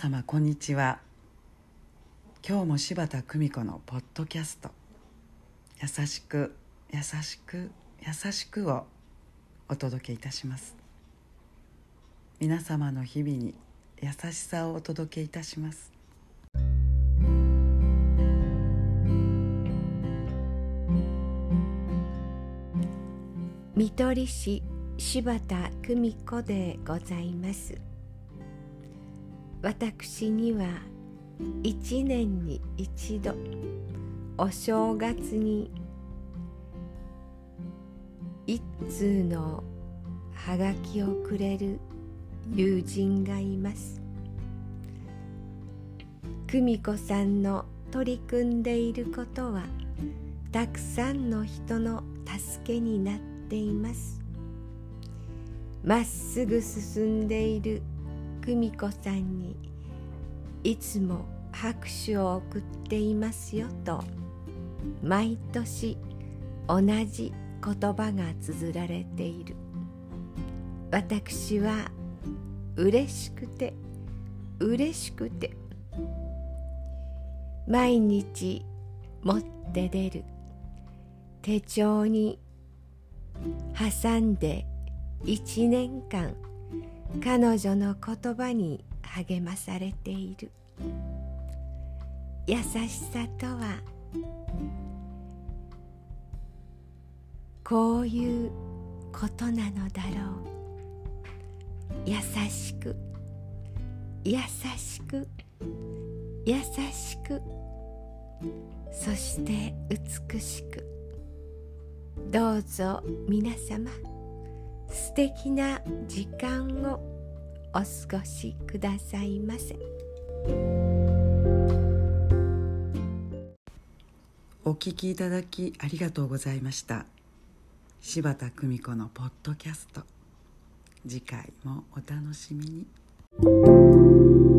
様こんにちは。今日も柴田久美子のポッドキャスト、優しく優しく優しくをお届けいたします。皆様の日々に優しさをお届けいたします。 看取り師柴田久美子でございます。私には一年に一度お正月に一通のはがきをくれる友人がいます。久美子さんの取り組んでいることはたくさんの人の助けになっています。まっすぐ進んでいる久美子さんにいつも拍手を送っていますよと毎年同じ言葉が綴られている。私は嬉しくて嬉しくて毎日持って出る手帳に挟んで1年間彼女の言葉に励まされている。優しさとはこういうことなのだろう。優しく優しく優しく、そして美しく。どうぞ皆様素敵な時間をお過ごしくださいませ。 お聞きいただきありがとうございました。柴田久美子のポッドキャスト、次回もお楽しみに。